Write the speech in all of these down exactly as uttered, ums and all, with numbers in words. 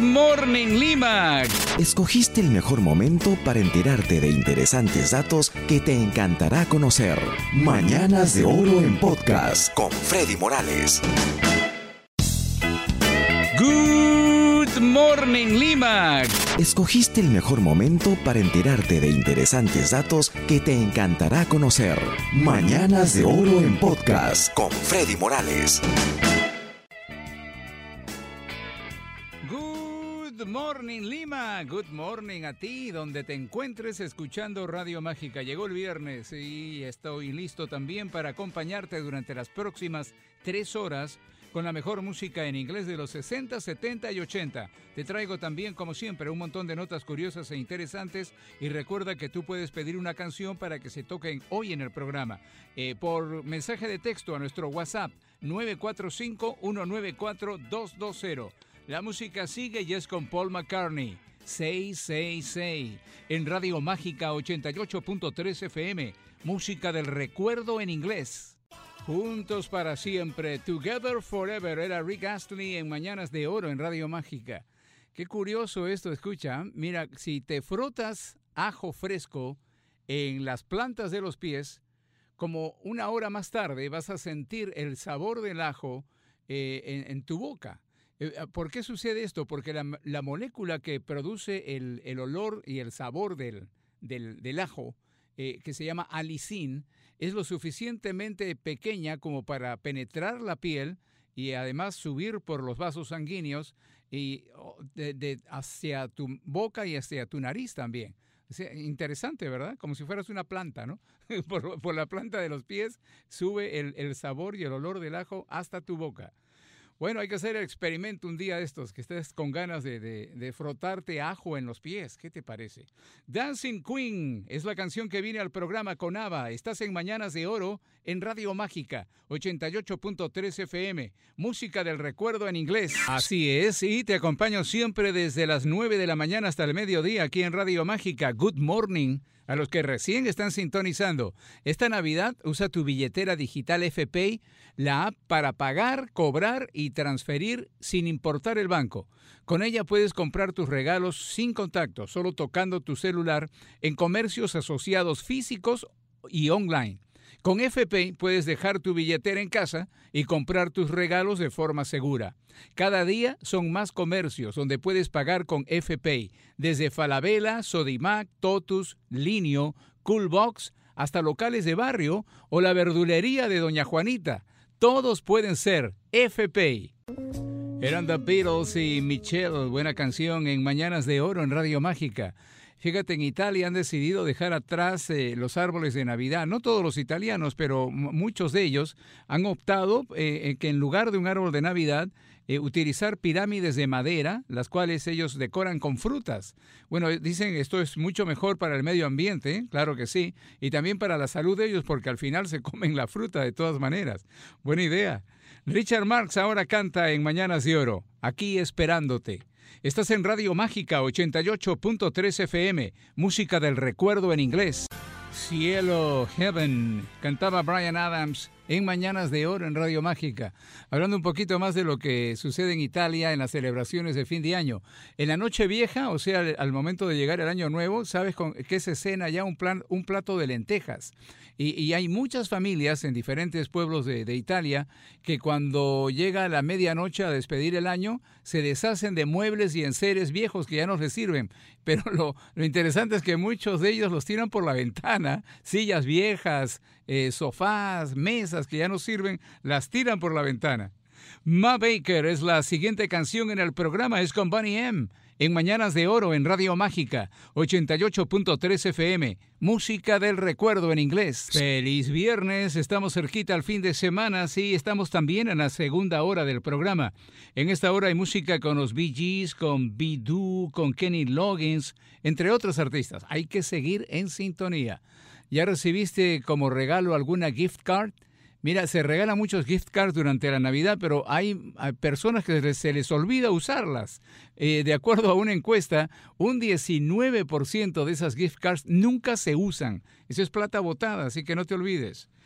Morning Lima. Escogiste el mejor momento para enterarte de interesantes datos que te encantará conocer. Mañanas de Oro en podcast con Freddy Morales. Good Morning Lima. Escogiste el mejor momento para enterarte de interesantes datos que te encantará conocer. Mañanas de Oro en podcast con Freddy Morales. Good morning Lima, good morning a ti donde te encuentres escuchando Radio Mágica. Llegó el viernes y estoy listo también para acompañarte durante las próximas tres horas con la mejor música en inglés de los sesenta, setenta y ochenta. Te traigo también, como siempre, un montón de notas curiosas e interesantes y recuerda que tú puedes pedir una canción para que se toquen hoy en el programa eh, por mensaje de texto a nuestro WhatsApp nueve cuatro cinco, uno nueve cuatro, dos dos cero. La música sigue y es con Paul McCartney. Say, say, say. En Radio Mágica ochenta y ocho punto tres F M. Música del recuerdo en inglés. Juntos para siempre. Together Forever. Era Rick Astley en Mañanas de Oro en Radio Mágica. Qué curioso esto, escucha. Mira, si te frotas ajo fresco en las plantas de los pies, como una hora más tarde vas a sentir el sabor del ajo eh, en, en tu boca. ¿Por qué sucede esto? Porque la, la molécula que produce el, el olor y el sabor del, del, del ajo, eh, que se llama alicin, es lo suficientemente pequeña como para penetrar la piel y además subir por los vasos sanguíneos y de, de, hacia tu boca y hacia tu nariz también. O sea, interesante, ¿verdad? Como si fueras una planta, ¿no? por, por la planta de los pies sube el, el sabor y el olor del ajo hasta tu boca. Bueno, hay que hacer el experimento un día de estos, que estés con ganas de, de, de frotarte ajo en los pies. ¿Qué te parece? Dancing Queen es la canción que viene al programa con ABBA. Estás en Mañanas de Oro en Radio Mágica, ochenta y ocho punto tres F M. Música del recuerdo en inglés. Así es, y te acompaño siempre desde las nueve de la mañana hasta el mediodía aquí en Radio Mágica. Good morning. A los que recién están sintonizando, esta Navidad usa tu billetera digital F P I, la app para pagar, cobrar y transferir sin importar el banco. Con ella puedes comprar tus regalos sin contacto, solo tocando tu celular en comercios asociados físicos y online. Con F P I puedes dejar tu billetera en casa y comprar tus regalos de forma segura. Cada día son más comercios donde puedes pagar con F P I, desde Falabella, Sodimac, Totus, Linio, Coolbox, hasta locales de barrio o la verdulería de Doña Juanita. Todos pueden ser F P I. Eran The Beatles y Michelle, buena canción en Mañanas de Oro en Radio Mágica. Fíjate, en Italia han decidido dejar atrás eh, los árboles de Navidad. No todos los italianos, pero m- muchos de ellos han optado eh, que en lugar de un árbol de Navidad, eh, utilizar pirámides de madera, las cuales ellos decoran con frutas. Bueno, dicen esto es mucho mejor para el medio ambiente, ¿eh? Claro que sí, y también para la salud de ellos, porque al final se comen la fruta de todas maneras. Buena idea. Richard Marx ahora canta en Mañanas de Oro, aquí esperándote. Estás en Radio Mágica ochenta y ocho punto tres F M, música del recuerdo en inglés. Cielo, Heaven, cantaba Bryan Adams en Mañanas de Oro en Radio Mágica. Hablando un poquito más de lo que sucede en Italia en las celebraciones de fin de año. En la noche vieja, o sea, al, al momento de llegar el año nuevo, ¿sabes con qué se cena ya? Un, plan, un plato de lentejas. Y, y hay muchas familias en diferentes pueblos de, de Italia que cuando llega la medianoche a despedir el año, se deshacen de muebles y enseres viejos que ya no les sirven. Pero lo, lo interesante es que muchos de ellos los tiran por la ventana, sillas viejas, eh, sofás, mesas que ya no sirven, las tiran por la ventana. Ma Baker es la siguiente canción en el programa, es con Bonnie M. En Mañanas de Oro en Radio Mágica, ochenta y ocho punto tres F M, música del recuerdo en inglés. Feliz viernes, estamos cerquita al fin de semana, sí, estamos también en la segunda hora del programa. En esta hora hay música con los Bee Gees, con Bidoo, con Kenny Loggins, entre otros artistas. Hay que seguir en sintonía. ¿Ya recibiste como regalo alguna gift card? Mira, se regalan muchos gift cards durante la Navidad, pero hay, hay personas que se les olvida usarlas. Eh, de acuerdo a una encuesta, un diecinueve por ciento de esas gift cards nunca se usan. Eso es plata botada, así que no te olvides.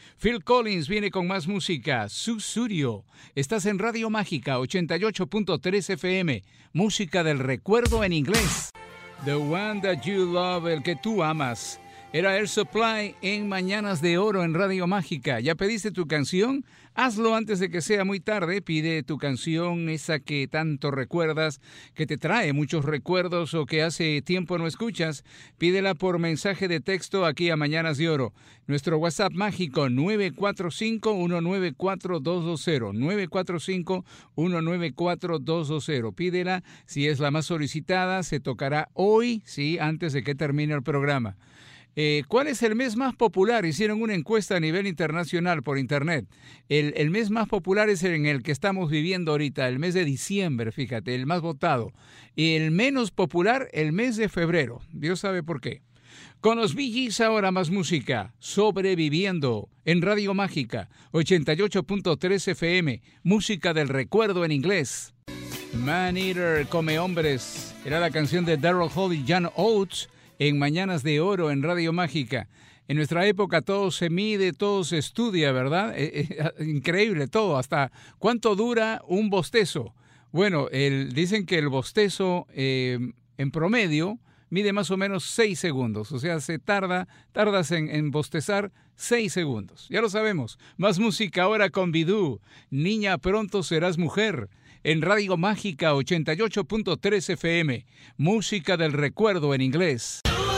Phil Collins viene con más música. Susurio. Estás en Radio Mágica ochenta y ocho punto tres F M. Música del recuerdo en inglés. The One That You Love, el que tú amas. Era Air Supply en Mañanas de Oro en Radio Mágica. ¿Ya pediste tu canción? Hazlo antes de que sea muy tarde. Pide tu canción, esa que tanto recuerdas, que te trae muchos recuerdos o que hace tiempo no escuchas. Pídela por mensaje de texto aquí a Mañanas de Oro. Nuestro WhatsApp mágico nueve cuatro cinco, uno nueve cuatro, dos dos cero. nueve cuatro cinco, uno nueve cuatro, dos dos cero. Pídela. Si es la más solicitada, se tocará hoy, sí, antes de que termine el programa. Eh, ¿Cuál es el mes más popular? Hicieron una encuesta a nivel internacional por internet. El, el mes más popular es en el que estamos viviendo ahorita, el mes de diciembre, fíjate, el más votado. Y el menos popular, el mes de febrero. Dios sabe por qué. Con los Bee Gees ahora más música. Sobreviviendo en Radio Mágica ochenta y ocho punto tres F M. Música del recuerdo en inglés. Man Eater, come hombres. Era la canción de Daryl Hall y John Oates en Mañanas de Oro en Radio Mágica. En nuestra época todo se mide, todo se estudia, ¿verdad? Eh, eh, increíble todo, hasta cuánto dura un bostezo. Bueno, el, dicen que el bostezo eh, en promedio mide más o menos seis segundos. O sea, se tarda, tardas en, en bostezar seis segundos. Ya lo sabemos. Más música ahora con Bidú. Niña, pronto serás mujer. En Radio Mágica ochenta y ocho punto tres F M. Música del recuerdo en inglés.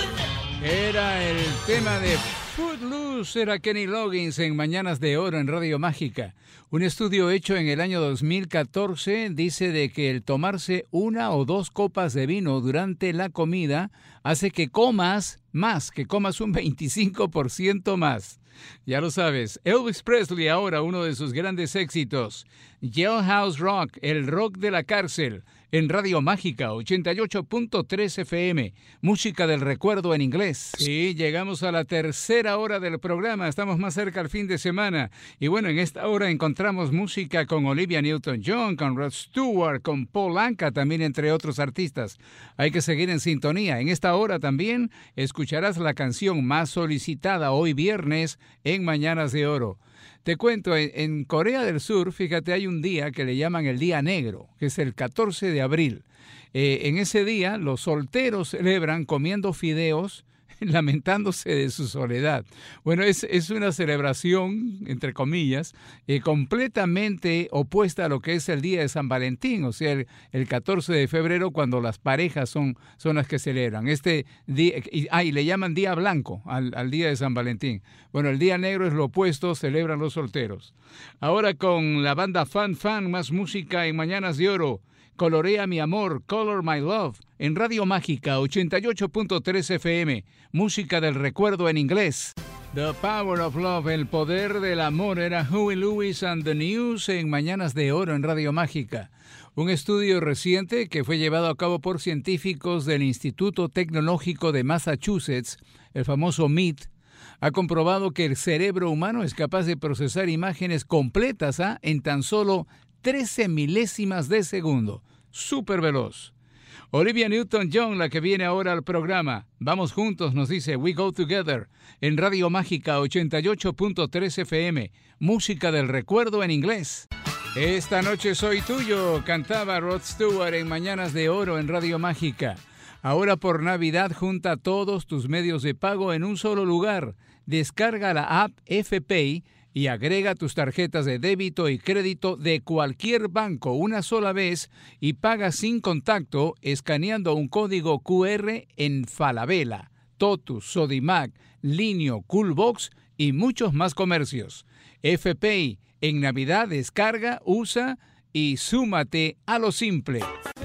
Era el tema de Footloose, era Kenny Loggins en Mañanas de Oro en Radio Mágica. Un estudio hecho en el año dos mil catorce dice de que el tomarse una o dos copas de vino durante la comida hace que comas más, que comas un veinticinco por ciento más. Ya lo sabes, Elvis Presley ahora uno de sus grandes éxitos. Jailhouse Rock, el rock de la cárcel, en Radio Mágica ochenta y ocho punto tres F M. Música del recuerdo en inglés. Sí, llegamos a la tercera hora del programa, estamos más cerca al fin de semana. Y bueno, en esta hora encontramos música con Olivia Newton-John, con Rod Stewart, con Paul Anka, también entre otros artistas. Hay que seguir en sintonía. En esta hora también escucharás la canción más solicitada hoy viernes en Mañanas de Oro. Te cuento, en Corea del Sur, fíjate, hay un día que le llaman el Día Negro, que es el catorce de abril. Eh, en ese día, los solteros celebran comiendo fideos, lamentándose de su soledad. Bueno, es, es una celebración, entre comillas, eh, completamente opuesta a lo que es el Día de San Valentín, o sea, el, el catorce de febrero, cuando las parejas son, son las que celebran. Este día, y, ah, y le llaman Día Blanco al, al Día de San Valentín. Bueno, el Día Negro es lo opuesto, celebran los solteros. Ahora con la banda Fan Fan, más música en Mañanas de Oro. Colorea mi amor, Color My Love, en Radio Mágica ochenta y ocho punto tres F M. Música del recuerdo en inglés. The Power of Love, el poder del amor, era Huey Lewis and the News en Mañanas de Oro en Radio Mágica. Un estudio reciente que fue llevado a cabo por científicos del Instituto Tecnológico de Massachusetts, el famoso M I T, ha comprobado que el cerebro humano es capaz de procesar imágenes completas ¿ah? en tan solo trece milésimas de segundo. Súper veloz. Olivia Newton-John, la que viene ahora al programa. Vamos juntos, nos dice We Go Together, en Radio Mágica ochenta y ocho punto tres F M. Música del recuerdo en inglés. Esta noche soy tuyo, cantaba Rod Stewart en Mañanas de Oro en Radio Mágica. Ahora por Navidad junta todos tus medios de pago en un solo lugar. Descarga la app F Pay y agrega tus tarjetas de débito y crédito de cualquier banco una sola vez y paga sin contacto escaneando un código Q R en Falabella, Totus, Sodimac, Linio, Coolbox y muchos más comercios. F Pay, en Navidad descarga, usa y súmate a lo simple.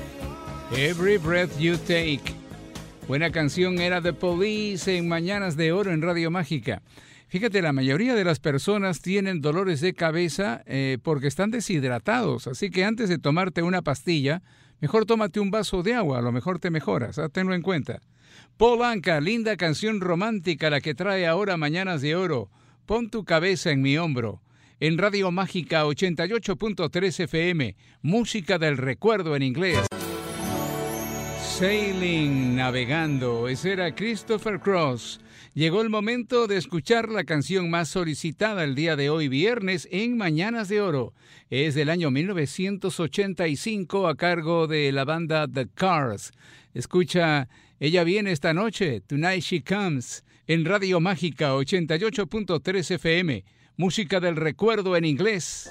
Every Breath You Take. Buena canción era The Police en Mañanas de Oro en Radio Mágica. Fíjate, la mayoría de las personas tienen dolores de cabeza eh, porque están deshidratados. Así que antes de tomarte una pastilla, mejor tómate un vaso de agua. A lo mejor te mejoras. ¿eh? Tenlo en cuenta. Paul Anka, linda canción romántica la que trae ahora Mañanas de Oro. Pon tu cabeza en mi hombro. En Radio Mágica ochenta y ocho punto tres F M. Música del recuerdo en inglés. Sailing, navegando. Ese era Christopher Cross. Llegó el momento de escuchar la canción más solicitada el día de hoy, viernes, en Mañanas de Oro. Es del año mil novecientos ochenta y cinco a cargo de la banda The Cars. Escucha Ella Viene Esta Noche, Tonight She Comes, en Radio Mágica ochenta y ocho punto tres F M. Música del recuerdo en inglés.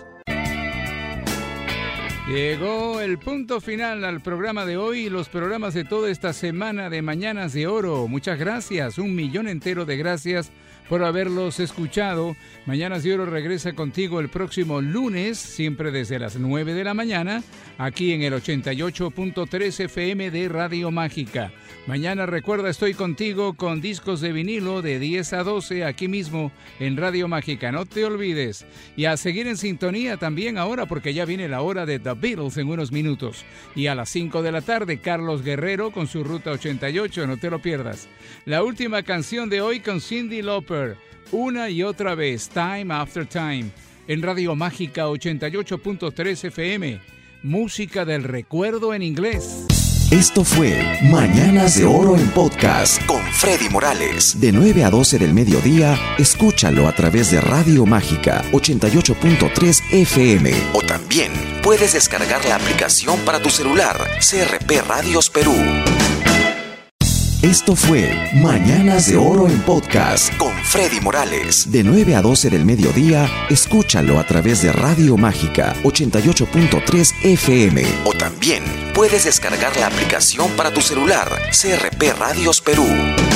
Llegó el punto final al programa de hoy y los programas de toda esta semana de Mañanas de Oro. Muchas gracias, un millón entero de gracias por haberlos escuchado. Mañanas de Oro regresa contigo el próximo lunes, siempre desde las nueve de la mañana, aquí en el ochenta y ocho punto tres F M de Radio Mágica. Mañana, recuerda, estoy contigo con discos de vinilo de diez a doce aquí mismo en Radio Mágica. No te olvides. Y a seguir en sintonía también ahora, porque ya viene la hora de The Beatles en unos minutos. Y a las cinco de la tarde, Carlos Guerrero con su Ruta ochenta y ocho, no te lo pierdas. La última canción de hoy con Cyndi Lauper, una y otra vez, Time After Time, en Radio Mágica ochenta y ocho punto tres F M. Música del recuerdo en inglés. Esto fue Mañanas de Oro en podcast con Freddy Morales. De nueve a doce del mediodía, escúchalo a través de Radio Mágica ochenta y ocho punto tres F M. O también puedes descargar la aplicación para tu celular, C R P Radios Perú. Esto fue Mañanas de Oro en podcast con Freddy Morales. De nueve a doce del mediodía, escúchalo a través de Radio Mágica ochenta y ocho punto tres F M. O también puedes descargar la aplicación para tu celular, C R P Radios Perú.